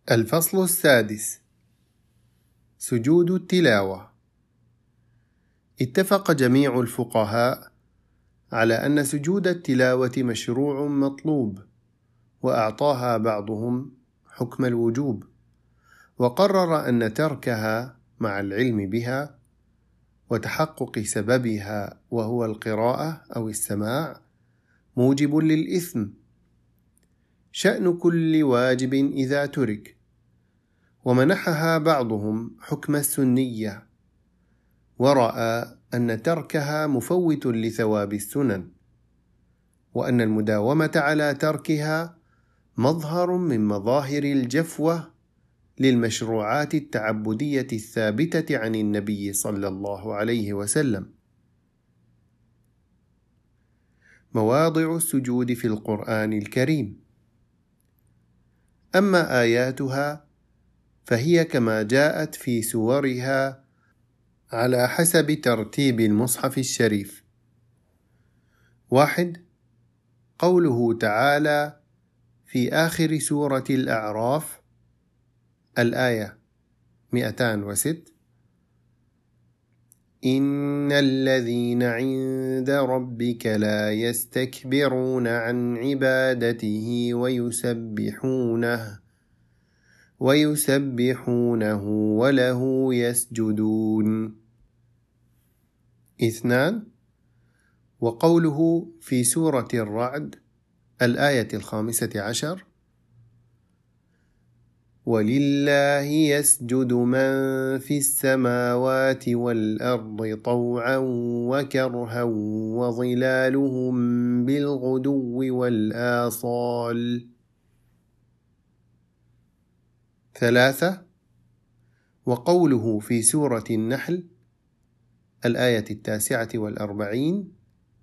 الفصل السادس: سجود التلاوة. اتفق جميع الفقهاء على أن سجود التلاوة مشروع مطلوب، وأعطاها بعضهم حكم الوجوب، وقرر أن تركها مع العلم بها وتحقق سببها وهو القراءة أو السماع موجب للإثم، شأن كل واجب إذا ترك. ومنحها بعضهم حكم السنية، ورأى أن تركها مفوت لثواب السنن، وأن المداومة على تركها مظهر من مظاهر الجفوة للمشروعات التعبدية الثابتة عن النبي صلى الله عليه وسلم. مواضع السجود في القرآن الكريم: أما آياتها فهي كما جاءت في سورها على حسب ترتيب المصحف الشريف. 1. قوله تعالى في آخر سورة الأعراف الآية 206: إن الذين عند ربك لا يستكبرون عن عبادته ويسبحونه وله يسجدون. 2. وقوله في سورة الرعد الآية 15: ولله يسجد من في السماوات والأرض طوعا وكرها وظلالهم بالغدو والآصال. 3. وقوله في سورة النحل الآية 49: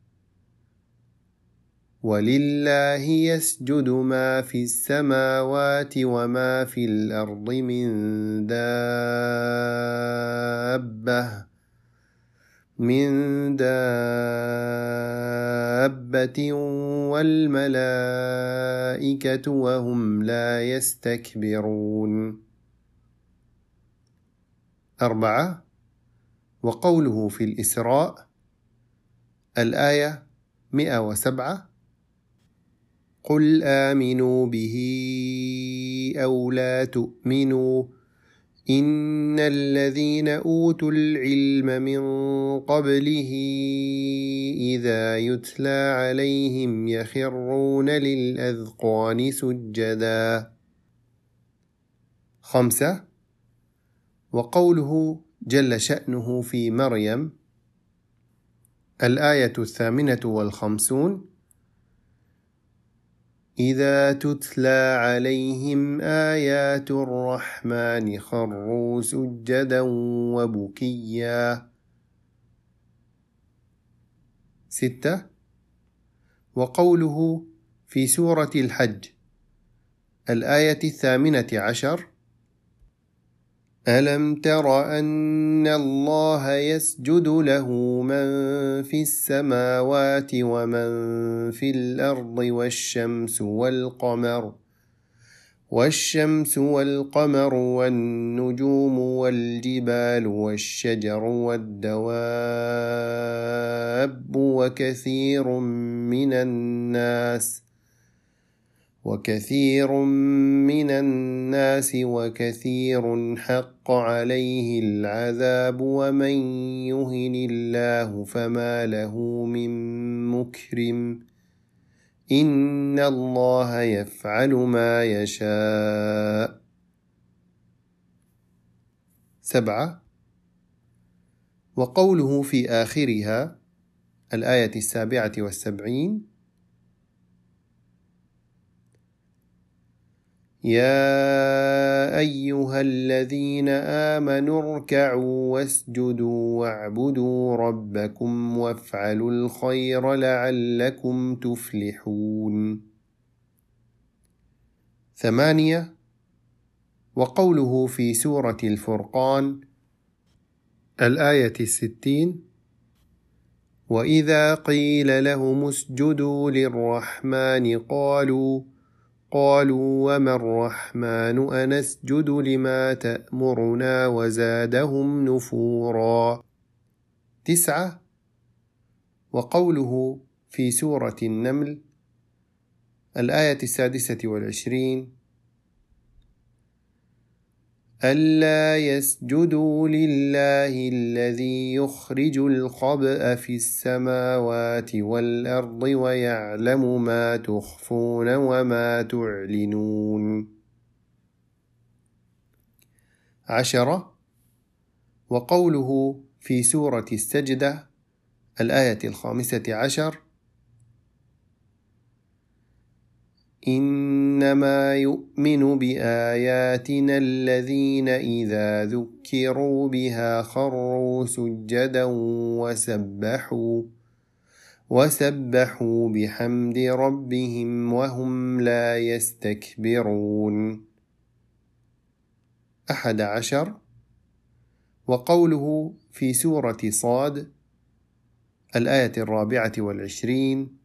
ولله يسجد ما في السماوات وما في الأرض من دابة والملائكة وهم لا يستكبرون. 4. وقوله في الإسراء الآية 107: قل آمنوا به أو لا تؤمنوا إن الذين أوتوا العلم من قبله إذا يتلى عليهم يخرون للأذقان سجدا. 5. وقوله جل شأنه في مريم الآية 58: إذا تتلى عليهم آيات الرحمن خروا سجدا وبكيا. 6. وقوله في سورة الحج الآية 18: ألم تر أن الله يسجد له من في السماوات ومن في الأرض والشمس والقمر والنجوم والجبال والشجر والدواب وكثير من الناس وكثير حق عليه العذاب ومن يهن الله فما له من مكرم إن الله يفعل ما يشاء. 7. وقوله في آخرها الآية 77: يا أيها الذين آمنوا اركعوا واسجدوا واعبدوا ربكم وافعلوا الخير لعلكم تفلحون. 8. وقوله في سورة الفرقان الآية 60: وإذا قيل لهم اسجدوا للرحمن قالوا قالوا وما الرحمن أنسجد لما تأمرنا وزادهم نفورا. 9. وقوله في سورة النمل الآية 26: ألا يسجدوا لله الذي يخرج الخبأ في السماوات والأرض ويعلم ما تخفون وما تعلنون. 10. وقوله في سورة السجدة الآية 15: إنما يؤمن بآياتنا الذين إذا ذكروا بها خروا سجدا وسبحوا بحمد ربهم وهم لا يستكبرون. 11. وقوله في سورة صاد الآية 24: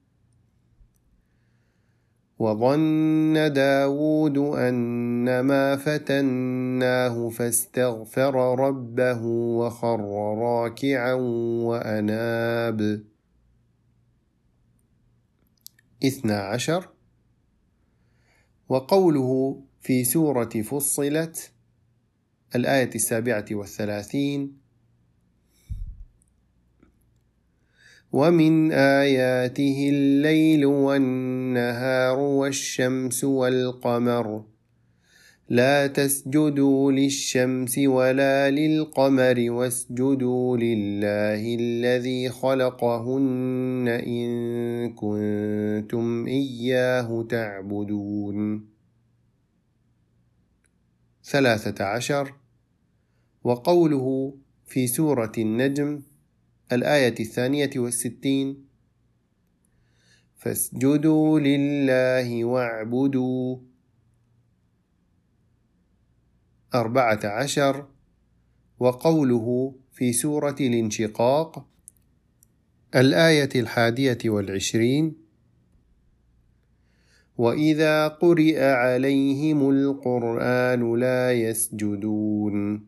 وظن داود أنما فتناه فاستغفر ربه وخر راكعا وأناب. 12. وقوله في سورة فصلت الآية 37: ومن آياته الليل والنهار والشمس والقمر لا تسجدوا للشمس ولا للقمر واسجدوا لله الذي خلقهن إن كنتم إياه تعبدون. 13. وقوله في سورة النجم الآية 62: فاسجدوا لله واعبدوا. 14. وقوله في سورة الانشقاق الآية 21: وإذا قرئ عليهم القرآن لا يسجدون.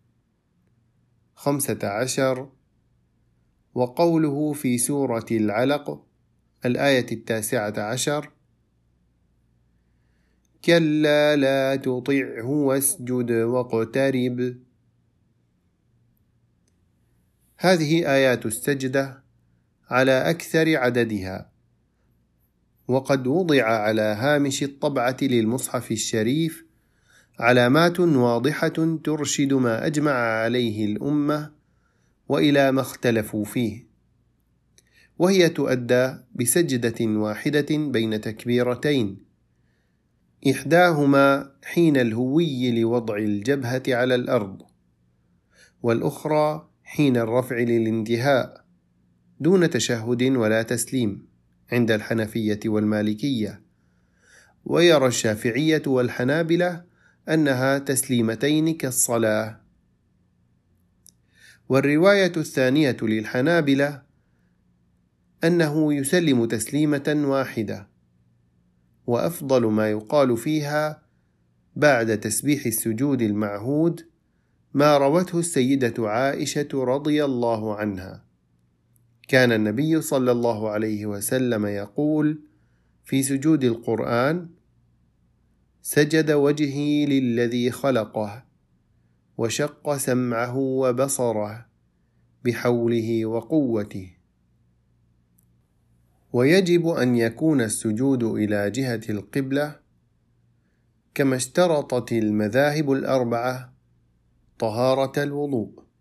15. وقوله في سورة العلق الآية 19: كلا لا تطعه واسجد واقترب. هذه آيات السجدة على أكثر عددها، وقد وضع على هامش الطبعة للمصحف الشريف علامات واضحة ترشد ما أجمع عليه الأمة وإلى ما اختلفوا فيه، وهي تؤدى بسجدة واحدة بين تكبيرتين، إحداهما حين الهوي لوضع الجبهة على الأرض، والأخرى حين الرفع للانتهاء دون تشهد ولا تسليم عند الحنفية والمالكية، ويرى الشافعية والحنابلة أنها تسليمتين كالصلاة. والرواية الثانية للحنابلة أنه يسلم تسليمة واحدة، وأفضل ما يقال فيها بعد تسبيح السجود المعهود ما روته السيدة عائشة رضي الله عنها: كان النبي صلى الله عليه وسلم يقول في سجود القرآن: سجد وجهي للذي خلقه وشق سمعه وبصره بحوله وقوته. ويجب أن يكون السجود إلى جهة القبلة كما اشترطت المذاهب الأربعة طهارة الوضوء.